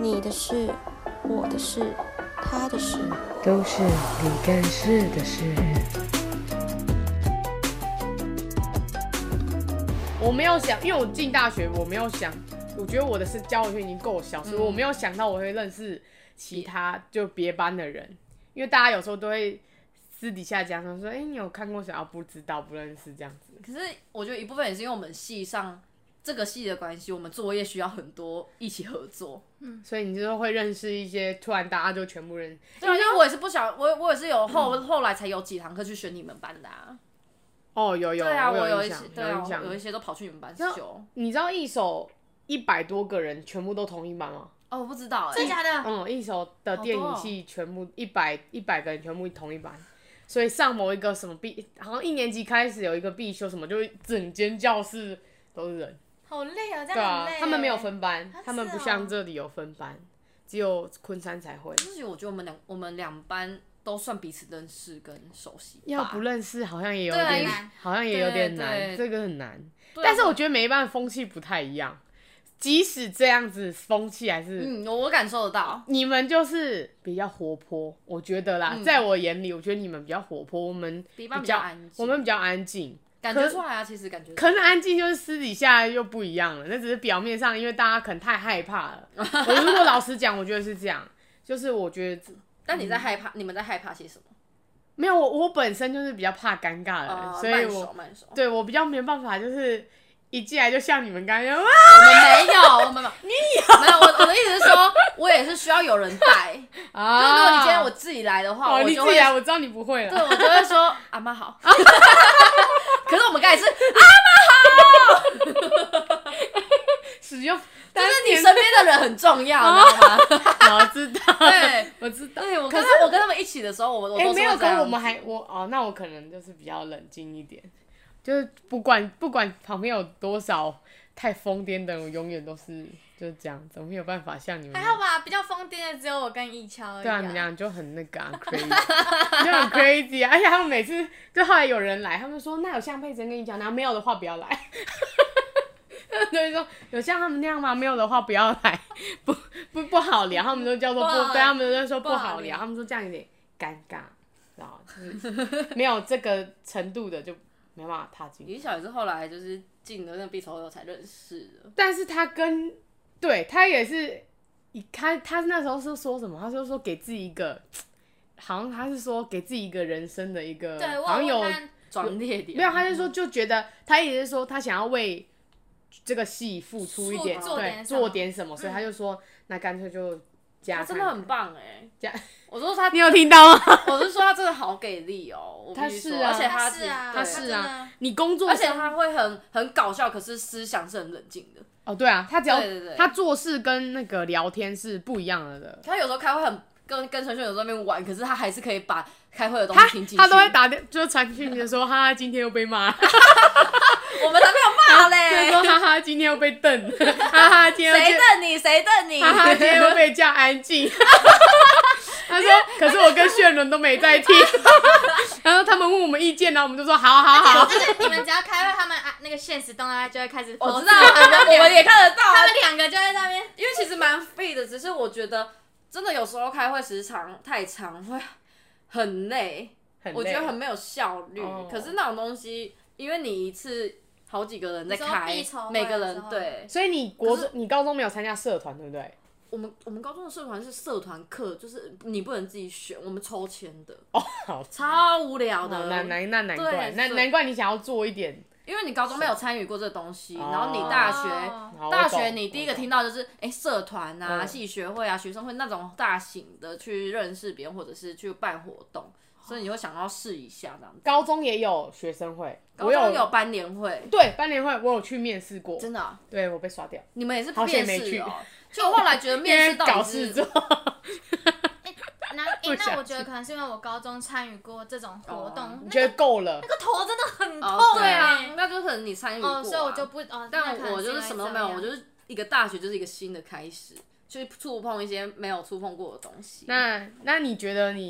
你的事、我的事、他的事， 都是你干事的事。 我没有想，因为我进大学，我没有想，我觉得我的交友圈已经够小，所以我没有想到我会认识其他就别班的人，因为大家有时候都会私底下讲说，你有看过谁？不知道，不认识这样子。 可是我觉得一部分也是因为我们系上这个系的关系，我们作业需要很多一起合作， 所以你就是会认识一些，突然大家就全部认识。 对啊，因为我也是不想，我也是有后来才有几堂课去选你们班的啊。 有， 对啊，我有印象， 对啊，有一些都跑去你们班修。 你知道一手100多个人全部都同一班吗？ 哦，我不知道真的假的？ 一手的电影系全部100个人全部同一班，所以上某一个什么好像1年级开始有一个必修什么，就整间教室都是人。 好累啊，这对啊样很累。， 他们没有分班， 啊他们不像这里有分班，只有昆山才会。 而且我觉得我们两班都算彼此认识跟熟悉吧。 要不认识好像也有对点难， 好像也有点难， 对这个很难。 对啊但是我觉得每一班的风气不太一样，即使这样子风气还是， 我感受得到。 你们就是比较活泼，我觉得啦，在我眼里，我觉得你们比较活泼，我们别班比较安静， 我们比较安静。 感觉出来啊，其实感觉。 可是安静就是私底下又不一样了，那只是表面上，因为大家可能太害怕了。我如果老实讲，我觉得是这样，就是我觉得， 但你在害怕，你们在害怕些什么？ 没有我本身就是比较怕尴尬的人，所以慢手。 对我比较没办法，就是一进来就像你们刚刚我们没有，我们没有。你有？没有，我的意思是说，我也是需要有人带。 啊， 就是如果你今天我自己来的话，我就会你自己来，我知道你不会了。 对，我就会说阿妈好。可是我们刚才是使用， 但是你身边的人很重要，你知道吗？ 我知道， 对， 我知道。 对，我跟他们一起的时候，我都是没有会这样跟我们那我可能就是比较冷静一点，就是不管旁边有多少太疯癫的人，我永远都是就是这样子，我没有办法像你们。 还好吧，比较疯癫的只有我跟一乔而已。 对啊，你们俩就很那个crazy，就很 crazy 啊！而且他们每次就后来有人来，他们说那有像佩珍跟你讲，然后没有的话不要来。对，说有像他们那样吗？没有的话不要来，不好聊，他们都叫做对，他们都说不好聊，他们说这样有点尴尬，然后就是没有这个程度的就没办法踏进。 李小也是后来就是进了那个必筹后才认识的， 但是他他也是他那时候是说什么？他说给自己一个，好像他是说给自己一个人生的一个， 对， 好像有转捩点。 没有？他就说就觉得他也是说他想要为这个戏付出一点，对，做点什么，所以他就说那干脆就加看看。 他真的很棒加。 我说他， 你有听到吗？ 我是说他真的好给力哦， 他是啊， 而且他是啊， 他是啊啊， 你工作， 而且他会很搞笑，可是思想是很冷静的。 哦，对啊，他只要对他做事跟那个聊天是不一样的。 他有时候开会跟陈轩有时候在那边玩，可是他还是可以把开会的东西听进去。 他都会就传讯息说哈哈，今天又被骂。 我们才没有骂嘞。 他说哈哈，今天又被瞪，哈哈，今天谁瞪你？谁瞪你？ 哈哈，今天又被叫安静。他说，可是我跟炫伦都没在听。然后他们问我们意见，然后我们就说好。 就是你们只要开会，他们那个现实动态就会开始。 我知道，我们也看得到。 他们两个就在那边， 因为其实蛮废的，只是我觉得真的有时候开会时长太长会很累，我觉得很没有效率。可是那种东西，因为你一次好几个人在开，每个人对， 所以你高中没有参加社团，对不对？ 我们高中的社团是社团课，就是你不能自己选，我们抽签的。 哦，好， 超无聊的。 难怪，难怪你想要做一点。 因为你高中没有参与过这个东西，然后你大学你第一个听到就是社团啊、系学会啊、学生会那种大型的去认识别人或者是去办活动，所以你会想要试一下这样子。 高中也有学生会， 高中有班联会， 对，班联会我有去面试过， 真的啊？ 对，我被刷掉。 你们也是好险没去面试哦？就我后来觉得面试到搞事做。 那我觉得可能是因为我高中参与过这种活动， 你觉得够了？ 那个头真的很痛。 对啊，那就可能你参与过， 所以我就不但我就是什么都没有，我就是一个大学就是一个新的开始，去触碰一些没有触碰过的东西。 那你觉得你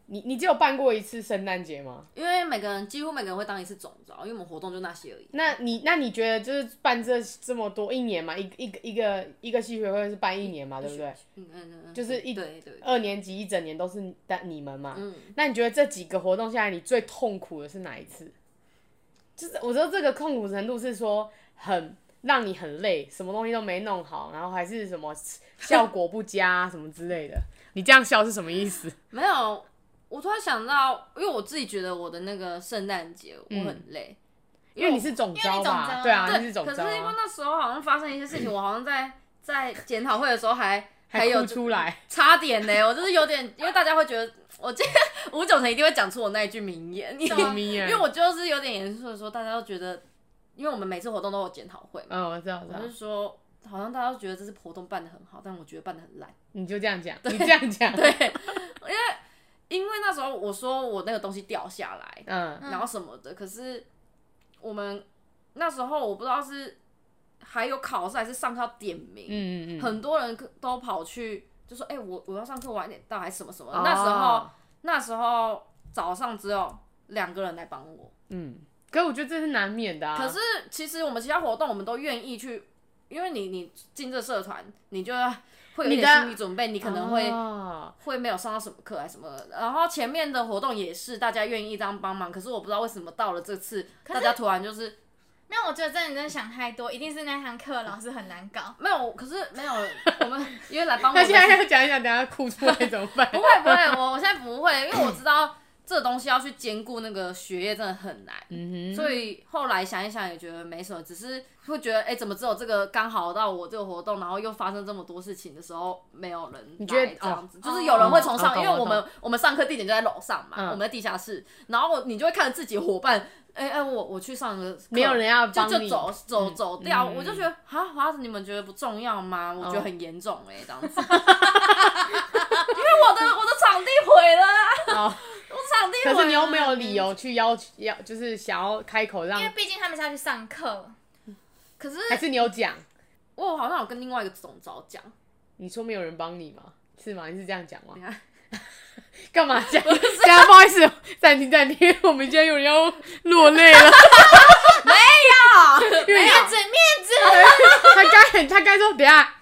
你只有办过一次圣诞节吗？ 因为几乎每个人会当一次总召，因为我们活动就那些而已。 那你觉得就是办这么多一年嘛，一个系学会是办一年嘛，对不对？就是对 2年级一整年都是你们嘛。那你觉得这几个活动下来，你最痛苦的是哪一次？就是我说这个痛苦程度是说让你很累，什么东西都没弄好，然后还是什么效果不佳什么之类的。你这样笑是什么意思？ 没有，我突然想到，因为我自己觉得我的那个圣诞节我很累， 因为你是总召吧？对啊，你是总召。 可是因为那时候好像发生一些事情，我好像在检讨会的时候还有哭出来， 差点呢，我就是有点，因为大家会觉得我这吴九成一定会讲出我那一句名言， 什么名言？ 因为我就是有点严肃的说，大家都觉得，因为我们每次活动都有检讨会嘛， 我知道， 我就说。好像大家都觉得这次活动办得很好，但我觉得办得很烂。 你就这样讲，你这样讲， 对，因为那时候我说我那个东西掉下来，然后什么的，可是我们那时候我不知道是还有考试还是上课要点名，很多人都跑去就说，我要上课晚点到还是什么什么。那时候早上只有2个人来帮我， 可是我觉得这是难免的啊。 可是其实我们其他活动我们都愿意去。因为你进这社团，你就会有一点心理准备，你可能会没有上到什么课还是什么的。然后前面的活动也是大家愿意这样帮忙，可是我不知道为什么到了这次，大家突然就是没有。我觉得你真的想太多，一定是那堂课老师很难搞。 没有，可是没有我们因为来帮我。 他现在要讲一讲，等下哭出来怎么办？ 不会，我现在不会，因为我知道。这东西要去兼顾那个学业真的很难，所以后来想一想也觉得没什么，只是会觉得怎么只有这个刚好到我这个活动，然后又发生这么多事情的时候没有人来这样子，就是有人会从上，因为我们上课地点就在楼上嘛，我们在地下室，然后你就会看着自己伙伴，我去上个课， 没有人要帮你， 就走掉，我就觉得华子你们觉得不重要吗？我觉得很严重这样子，因为我的场地毁了啊。 可是你又没有理由去就是想要开口让， 因为毕竟他们是要去上课。 可是还是你有讲？ 我好像有跟另外一个总召讲。 你说没有人帮你吗？是吗？你是这样讲吗？干嘛讲？不好意思，暂停，我们今天有人要落泪了。 没有， 面子。 他该说等一下，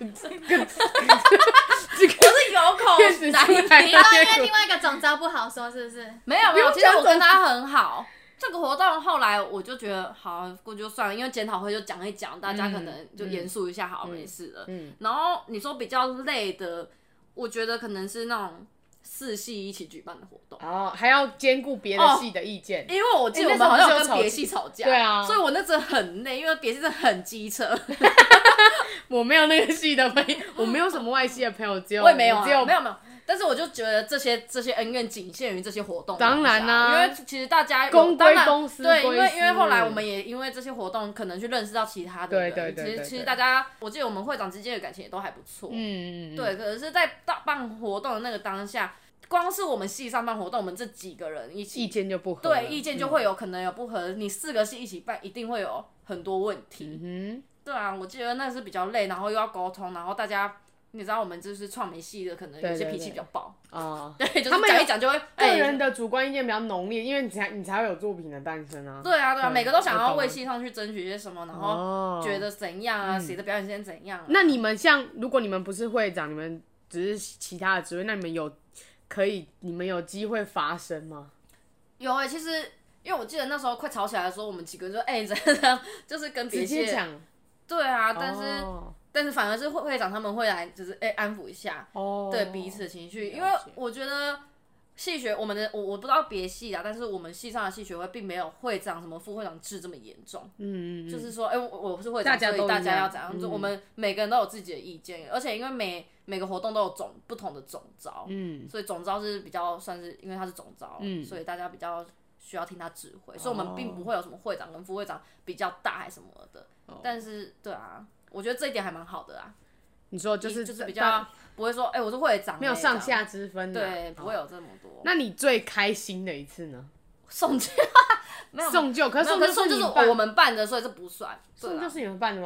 我是有口难你因为另外一个总召不好说，是不是？ 没有，其实我跟他很好。这个活动后来我就觉得好过就算了，因为检讨会就讲一讲，大家可能就严肃一下，好没事了。然后你说比较累的，我觉得可能是那种4系一起举办的活动， 还要兼顾别的系的意见， 因为我记得我们好像有跟别系吵架， 对啊， 所以我那真的很累，因为别系真的很机车。 我没有那个系的朋友，我没有什么外系的朋友， 我也没有，没有。但是我就觉得这些恩怨仅限于这些活动， 当然啦， 因为其实大家公归公，私归私， 对，因为后来我们也因为这些活动可能去认识到其他的人， 对， 其实大家，我记得我们会长之间的感情也都还不错，对，可是在办活动的那个当下。光是我们系上办活动，我们这几个人一起， 意见就不合， 对，意见就会有可能有不合。你4个系一起办，一定会有很多问题。对啊，我记得那是比较累，然后又要沟通，然后大家，你知道我们就是创媒系的，可能有些脾气比较暴啊，对，就是讲一讲就会个人的主观意见比较浓烈，因为你才会有作品的诞生啊。 对啊，每个都想要为系上去争取些什么，然后觉得怎样啊，谁的表演先怎样。 那你们如果你们不是会长，你们只是其他的职位，那你们有机会发声吗？ 有其实因为我记得那时候快吵起来的时候，我们几个人就怎样，就是跟别系讲。对啊，但是反而是会长他们会来，就是安抚一下，对彼此的情绪，因为我觉得系学我不知道别系啊，但是我们系上的系学会并没有会长什么副会长制这么严重，就是说我是会长，所以大家要怎样做，我们每个人都有自己的意见，而且因为每个活动都有不同的总召，所以总召是比较算是因为他是总召，所以大家比较需要听他指挥，所以我们并不会有什么会长跟副会长比较大还是什么的，但是对啊，我觉得这一点还蛮好的啊。你说就是比较不会说我是会长， 没有上下之分， 对，不会有这么多。 那你最开心的一次呢？ 送旧，没有送旧，可是送旧是我们办的，所以这不算。 送旧是你们办的吗？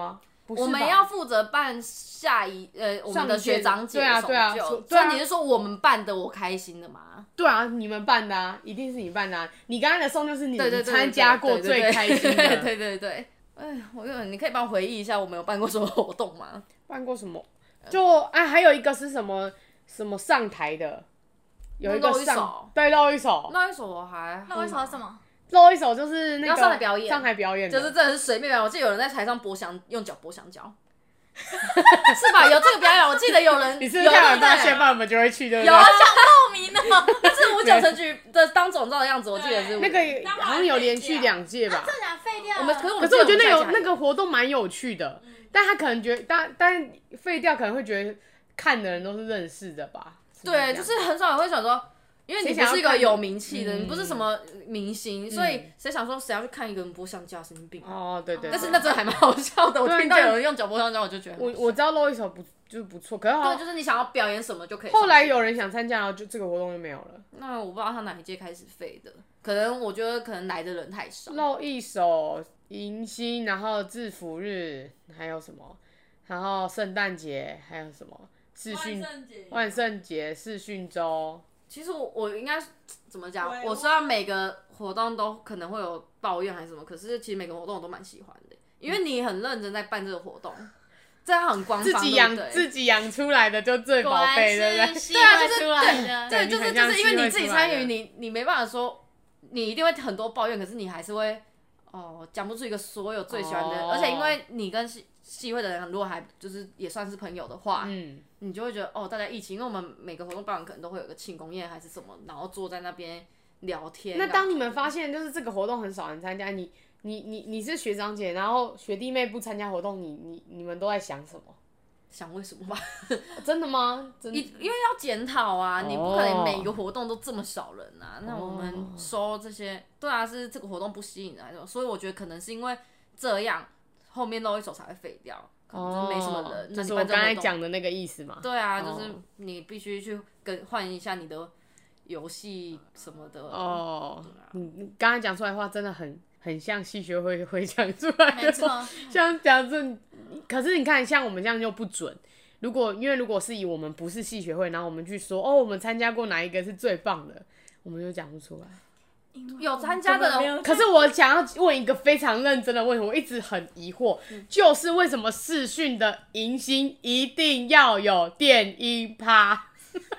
我们要负责办我们的学长姐的对啊， 所以你是说我们办的我开心的吗？ 对啊，你们办的啊，一定是你办的啊。你刚才的送就是你参加过最开心的。 对。哎，你可以帮我回忆一下，我们有办过什么活动吗？ 办过什么？就还有一个是什么上台的，有一个露一手，对，露一手我还露一手是什么？ 露一手就是那个上台表演， 就是真的是随便表演。我记得有人在台上用脚剥香蕉。是吧？有这个表演，我记得有人。 你是不是看完发现，我们就会去，对不对？ 有啊， 想报名哦。 是59城区的当总召的样子，我记得是那个好像有连续2届吧。 这俩废掉。 可是我觉得那个活动蛮有趣的，但他可能觉得，但废掉可能会觉得看的人都是认识的吧？ 对，就是很少人会想说。因为你不是一个有名气的，你不是什么明星，所以谁想说谁要去看一个人剥香蕉，神经病哦，对。 但是那真的还蛮好笑的，我听到有人用脚剥香蕉，我就觉得我知道露一手就是不错，可是对，就是你想要表演什么就可以。 后来有人想参加，然后就这个活动就没有了。 那我不知道他哪一届开始废的，我觉得可能来的人太少。 露一手、迎新，然后制服日，还有什么？然后圣诞节，还有什么？万圣节、视讯周。其实我应该怎么讲？我虽然每个活动都可能会有抱怨还是什么，可是其实每个活动我都蛮喜欢的，因为你很认真在办这个活动，这样很官方， 自己养出来的就最宝贝，对不对？ 对啊，就是对，就是因为你自己参与，你没办法说，你一定会很多抱怨，可是你还是会讲不出一个所有最喜欢的，而且因为你跟系会的人如果还就是也算是朋友的话，你就会觉得大家一起，因为我们每个活动办完可能都会有个庆功宴还是什么，然后坐在那边聊天。 那当你们发现就是这个活动很少人参加，你是学长姐，然后学弟妹不参加活动，你们都在想什么？ 想为什么吧？ 真的吗？ 因为要检讨啊，你不可能每个活动都这么少人啊。那我们收这些，对啊，是这个活动不吸引人，所以我觉得可能是因为这样。后面露一手才会废掉，可能就是没什么人。 就是我刚才讲的那个意思嘛。 对啊，就是你必须去换一下你的游戏什么的。 你刚才讲出来的话真的很像系学会讲出来的。 没错。 像讲这，可是你看，像我们这样就不准。如果是以我们不是系学会，然后我们去说我们参加过哪一个是最棒的，我们就讲不出来。 有参加的人， 可是我想要问一个非常认真的问题，我一直很疑惑，就是为什么视讯的迎新一定要有电音趴？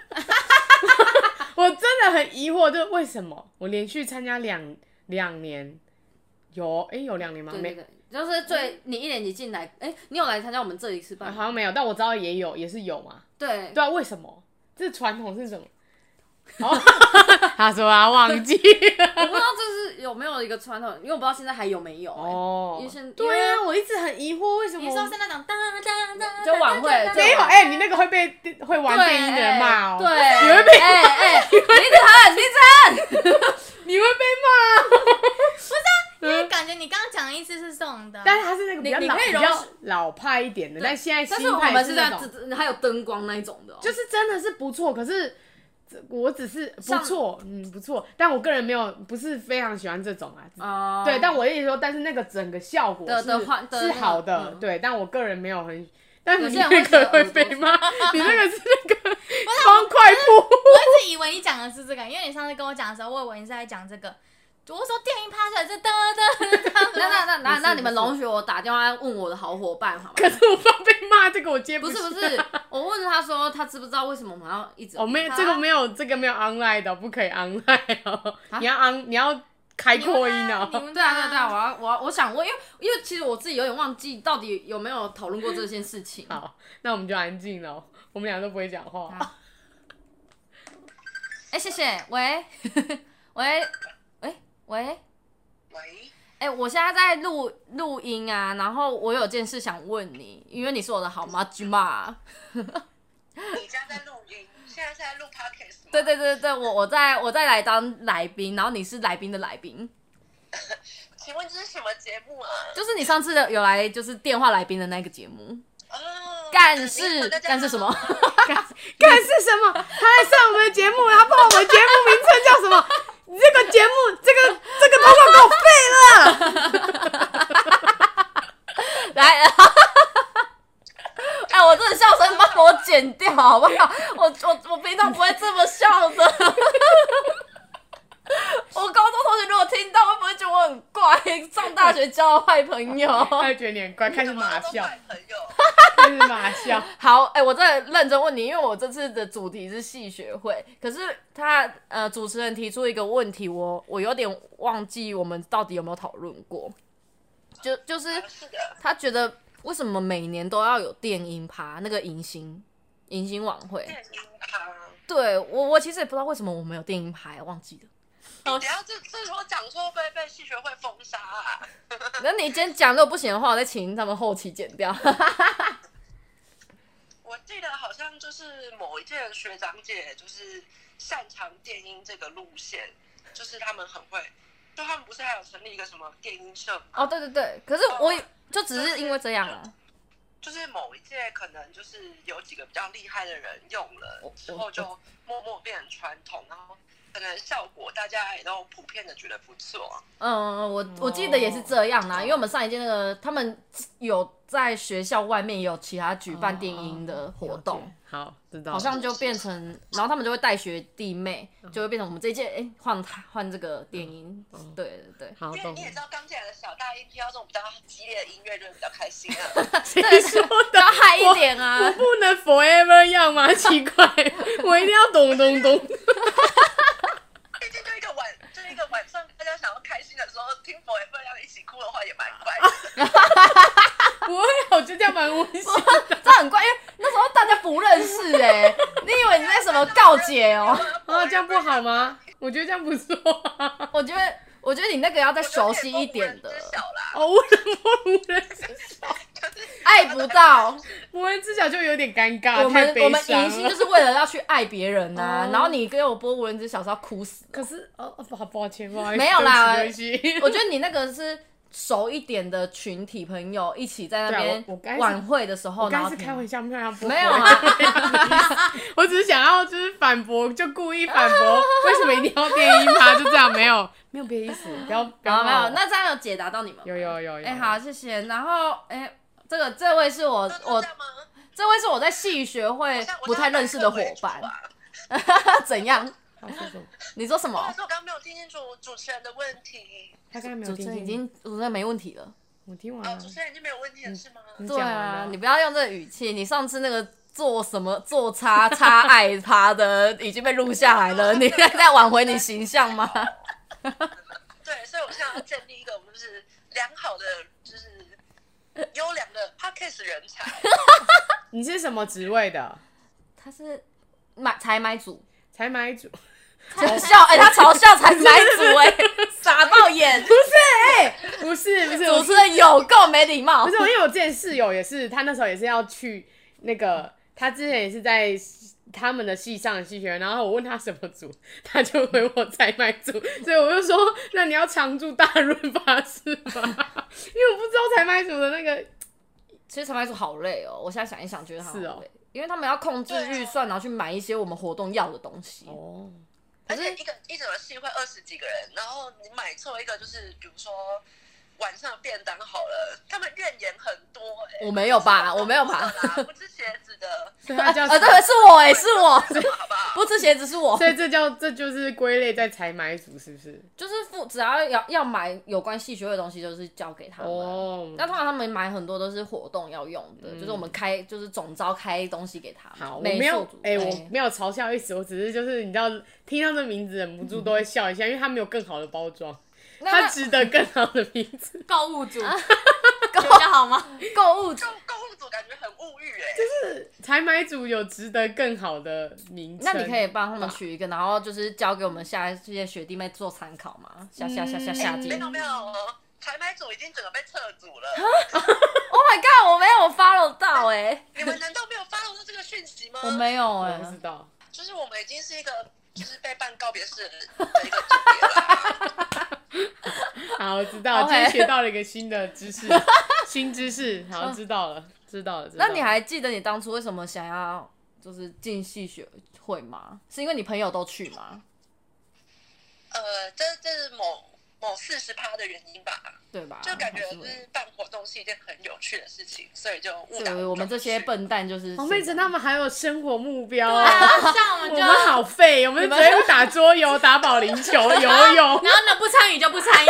我真的很疑惑，就是为什么我连续参加两年，有2年吗？ 对，就是你1年级进来，你有来参加我们这一次办？ 好像没有，但我知道也是有嘛。 对啊，为什么？这传统是什么？他说他忘记了， 我不知道这是有没有一个传统，因为我不知道现在还有没有。 对啊，我一直很疑惑为什么。 你说是那种就晚会没有你那个会玩电音的人骂对， 你会被你会被骂。 不是啊，因为感觉你刚刚讲的意思是这种的， 但是他是那个比较老派一点的，但现在新派是那种还有灯光那一种的， 就是真的是不错，可是。我只是不错，不错，但我个人不是非常喜欢这种啊。对，但我意思说，但是那个整个效果是好的，对，但我个人没有很。但你那个会被骂，你那个是那个方块布。 我一直以为你讲的是这个，因为你上次跟我讲的时候，我以为你是在讲这个。我说电音趴出来是那你们容许我打电话问我的好伙伴好吗？ 可是我怕被骂，这个我接不是，我问他说他知不知道为什么我们要一直没有这个没有 online 的，不可以 online 哦。你要开扩音哦。 对啊，我想问，因为其实我自己有点忘记到底有没有討論過這件事情。 好，那我們就安靜了，我們倆都不會講話。 謝謝，喂，我現在在錄音啊，然後我有件事想問你，因為你是我的好媽吉嘛。 你家在錄音，現在是在錄 podcast 嗎？ 對，我在來當來賓，然後你是來賓的來賓。 請問這是什麼節目啊？ 就是你上次有來就是電話來賓的那個節目。幹是什麼？ 幹是什麼？他來上我們的節目，他不知道我們節目名稱叫什麼？你這個節目，這個投稿給我廢了。 來， 剪掉好不好？我平常不会这么笑的。我高中同学如果听到，会不会觉得我很怪？上大学交了坏朋友， 他会觉得你很怪，开始马笑， 朋友， 开始马笑。 好，我真的认真问你，因为我这次的主题是系学会，可是他主持人提出一个问题，我有点忘记我们到底有没有讨论过，就是他觉得为什么每年都要有电音趴那个迎新晚会？ 电音趴。 对我其实也不知道为什么我们有电音趴，忘记了。 你等下这如果讲说会不会被系学会封杀啊？ 那你今天讲如果不行的话，我再请他们后期剪掉。 我记得好像就是某一届的学长姐就是擅长电音这个路线，就是他们很会，就他们不是还有成立一个什么电音社吗？ 哦，对对对，可是我就只是因为这样啊。 就是某一届可能就是有几个比较厉害的人用了之后，就默默变成传统，然后可能效果大家也都普遍的觉得不错。 我记得也是这样啦，因为我们上一届那个他们有在学校外面也有其他举办电音的活动。 好，知道。 好像就变成，然后他们就会带学弟妹，就会变成我们这一届，换这个电音，对对对。 好， 因为你也知道，刚进来的小大一听到这种比较激烈的音乐，就会比较开心啊。 对，说的要嗨一点啊！ 我不能 forever young 吗？奇怪，我一定要咚咚咚。 毕竟就一个晚上，大家想要开心的时候，听 forever young 一起哭的话，也蛮怪的。 不会，我觉得这样蛮温馨的。 这很怪，因为那时候大家不认识你以为你在什么告解哦？ 啊，这样不好吗？我觉得这样不错啊。 我觉得你那个要再熟悉一点的。 哦，无人知晓， 爱不到， 无人知晓就有点尴尬。 我们迎新就是为了要去爱别人呐，然后你给我播无人知晓是要哭死。 可是抱歉，不好意思， 没有啦。 对不起， 我觉得你那个是熟一点的群体朋友一起在那边晚会的时候， 我刚是开玩笑，没有没有啊， 我只是想要就是反驳，就故意反驳，为什么一定要电音趴？就这样，没有别的意思，不要没有，那这样有解答到你们？ 有。 好，谢谢。然后这位是我这位是我在系学会不太认识的伙伴，怎样？你说什么？ 我刚刚没有听清楚主持人的问题。 他刚才没有听清楚。 主持人没问题了。 我听完了。 主持人已经没有问题了是吗？ 对啊，你不要用这个语气。你上次那个做叉爱他的已经被录下来了，你现在挽回你形象吗？ 对，所以我现在要建立一个我们就是良好的，就是优良的 podcast 人才。 你是什么职位的？ 他是采买组。 嘲笑他嘲笑采买组傻爆眼， 不是， 主持人有够没礼貌。 不是，因为我之前室友也是，他那时候也是要去那个，他之前也是在他们的系上的系学，然后我问他什么组，他就回我采买组，所以我就说，那你要常驻大润发是吗？因为我不知道采买组的那个， 其实采买组好累哦，我现在想一想觉得好累。因为他们要控制预算，然后去买一些我们活动要的东西。 哦，而且一整个系会20几个人，然后你买错一个，就是比如说晚上的便当好了，他们怨言很多。 我没有吧？ 不吃鞋子的， 对，是我是我， 好不好？ 不吃鞋子是我， 所以这就是归类在采买组，是不是？ 就是只要买有关系学会的东西，就是交给他们。哦，那通常他们买很多都是活动要用的，就是我们就是总招开东西给他们。 好，我没有我没有嘲笑意思，我只是就是你知道听到这名字忍不住都会笑一下，因为他没有更好的包装。他值得更好的名字， 购物组，比较好吗？ 购物组感觉很物欲就是采买组有值得更好的名称。 那你可以帮他们取一个，然后就是交给我们下一届学弟妹做参考嘛。下届。 没有，采买组已经整个被撤组了。 Oh my god， 我没有 follow 到你们难道没有 follow 到这个讯息吗？ 我没有我不知道。 就是我们已经是一个就是被办告别式的一个组别了。 好，我知道，今天学到了一个新的知识，新知识，好，知道了。那你还记得你当初为什么想要就是进系学会吗？是因为你朋友都去吗？ 这是某40%的原因吧， 对吧？ 就感觉就是办活动是一件很有趣的事情，所以就误打误撞。 我们这些笨蛋就是黄佩岑他们还有生活目标对啊，像我们就我们好废，我们只会打桌游、打保龄球、游泳， 然后呢不参与就不参与。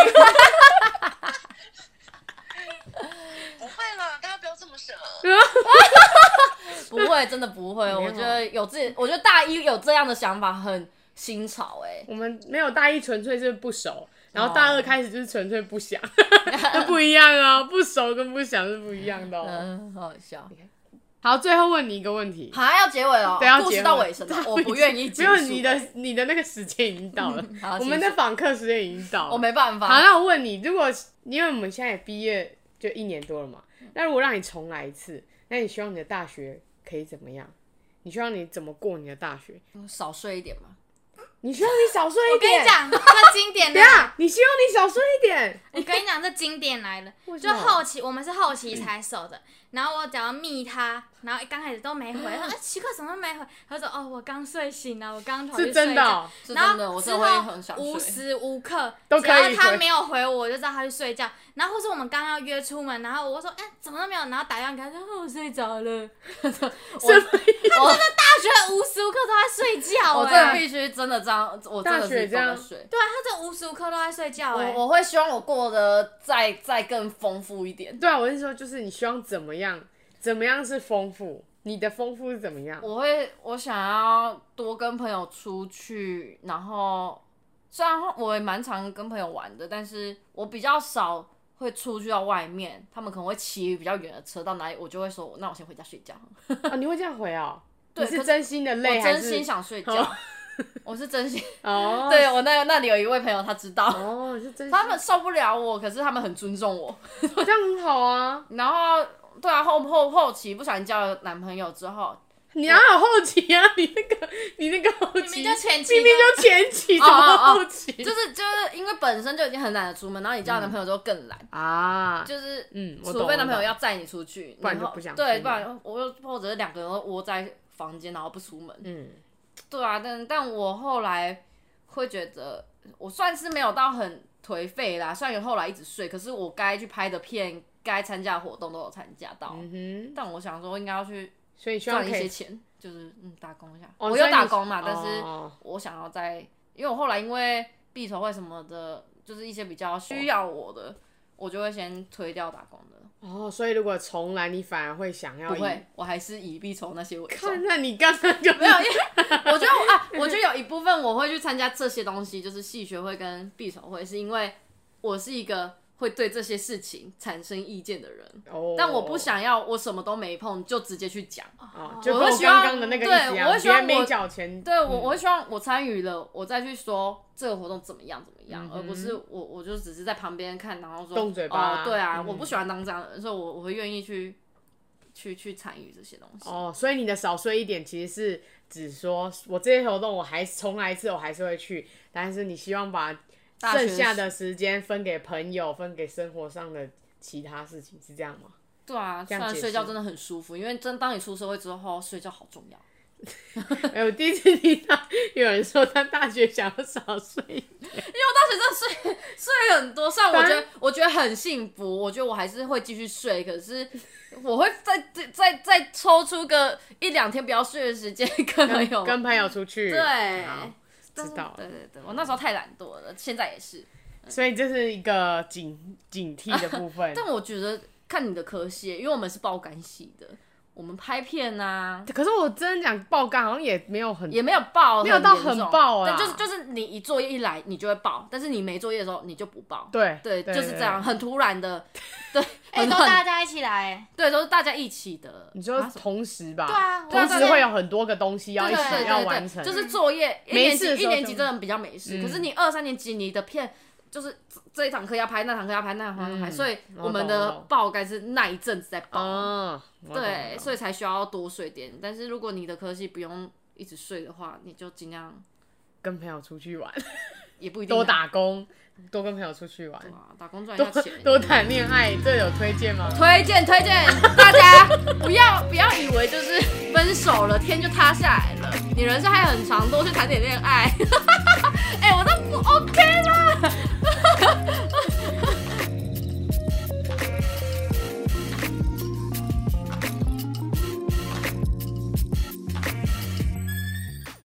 不会啦，大家不要这么想。 不会，真的不会。我觉得我觉得大一有这样的想法很新潮我们没有大一纯粹是不熟，然后大二开始就是纯粹不想，那不一样啊，不熟跟不想是不一样的好好笑。 好，最后问你一个问题， 要结尾了， 对，要故事结尾到尾声了，我不愿意结束。 没有你的那个时间已经到了，我们的访客时间已经到了， 我没办法。 好，那我问你，如果因为我们现在也毕业就1年多了嘛，那如果让你重来一次，那你希望你的大学可以怎么样？你希望你怎么过你的大学？ 少睡一点嘛。 你希望你少睡一点？ 我跟你讲，这经典的。 等一下，你希望你少睡一点？ 我跟你讲，这经典来了。就后期，我们是后期才熟的。然后我只要密他，然后刚开始都没回，他说奇怪怎么都没回，他说我刚睡醒了，我刚跑去睡觉。 是真的哦， 然后我真的会很想睡。 无时无刻都可以回， 只要他没有回我就知道他去睡觉。然后或是我们刚要约出门，然后我说怎么都没有，然后打电话给他说我睡着了。他真的大学无时无刻都在睡觉。 我真的必须真的这样，我真的是这样睡。 对啊，他真的无时无刻都在睡觉。 我会希望我过得再更丰富一点。 对啊，我是说就是你希望怎么样是丰富？你的丰富是怎么样？ 我想要多跟朋友出去，然后虽然我也蛮常跟朋友玩的，但是我比较少会出去到外面。他们可能会骑比较远的车到哪里，我就会说那我先回家睡觉。 你会这样回哦？ 对， 你是真心的累还是？ 我真心想睡觉。我是真心对，我那里有一位朋友他知道你是真心。 他们受不了我，可是他们很尊重我。 这样很好啊。 然后对啊，后期不小心交了男朋友之后， 你哪有后期啊？你那个后期明明就前期， 明明就前期，怎么后期？ 就是因为本身就已经很懒得出门，然后你交男朋友之后更懒啊， 就是我除非男朋友要载你出去， 不然就不想对，不然或者是2个人窝在房间然后不出门，对啊，但我后来会觉得我算是没有到很颓废啦，虽然后来一直睡，可是我该去拍的片。该参加的活动都有参加到，但我想说应该要去赚一些钱，就是打工一下。我有打工嘛，但是我想要因为我后来因为毕筹会什么的，就是一些比较需要我的，我就会先推掉打工的。 所以如果重来，你反而会想要？ 不会，我还是以毕筹那些为重。 看，那你刚刚就没有，因为我觉得有一部分我会去参加这些东西，就是系学会跟毕筹会，是因为我是一个。会对这些事情产生意见的人，但我不想要我什么都没碰就直接去讲， 就跟我刚刚的那个意思一样， 我会希望没缴钱， 对我会希望我参与了，我再去说这个活动怎么样，而不是我就只是在旁边看，然后说动嘴巴， 对啊，我不喜欢当这样的人，所以我会愿意去参与这些东西。 所以你的少睡一点其实是只说我这些活动我还重来一次我还是会去，但是你希望把剩下的时间分给朋友，分给生活上的其他事情，是这样吗？ 对啊，虽然睡觉真的很舒服，因为当你出社会之后，睡觉好重要。 我第一次听到有人说他大学想要少睡一点，因为我大学真的睡很多，虽然我觉得很幸福，我觉得我还是会继续睡，可是我会再抽出个1-2天不要睡的时间跟朋友出去， 对。 知道了， 对，我那时候太懒惰了，现在也是， 所以这是一个警惕的部分。 但我觉得看你的科系，因为我们是爆肝系的，我们拍片啊。 可是我真的讲爆肝，好像也没有爆， 没有到很爆啊。 但就是你一作业一来，你就会爆，但是你没作业的时候，你就不爆。 对， 就是这样，很突然的。对， 都大家一起来。 对，都是大家一起的。 你说同时吧？ 对啊， 同时会有很多个东西要一起要完成。 就是作业，一年级真的比较没事，可是你2、3年级你的片。就是这一堂课要拍，那堂课要拍，那堂课要拍，所以我们的爆肝是那一阵子在爆，对，所以才需要多睡点。但是如果你的科系不用一直睡的话，你就尽量跟朋友出去玩， 也不一定多打工，多跟朋友出去玩， 打工赚一下钱， 多谈恋爱，这有推荐吗？ 推荐，大家不要以为就是分手了天就塌下来了，你人生还很长，多去谈点恋爱。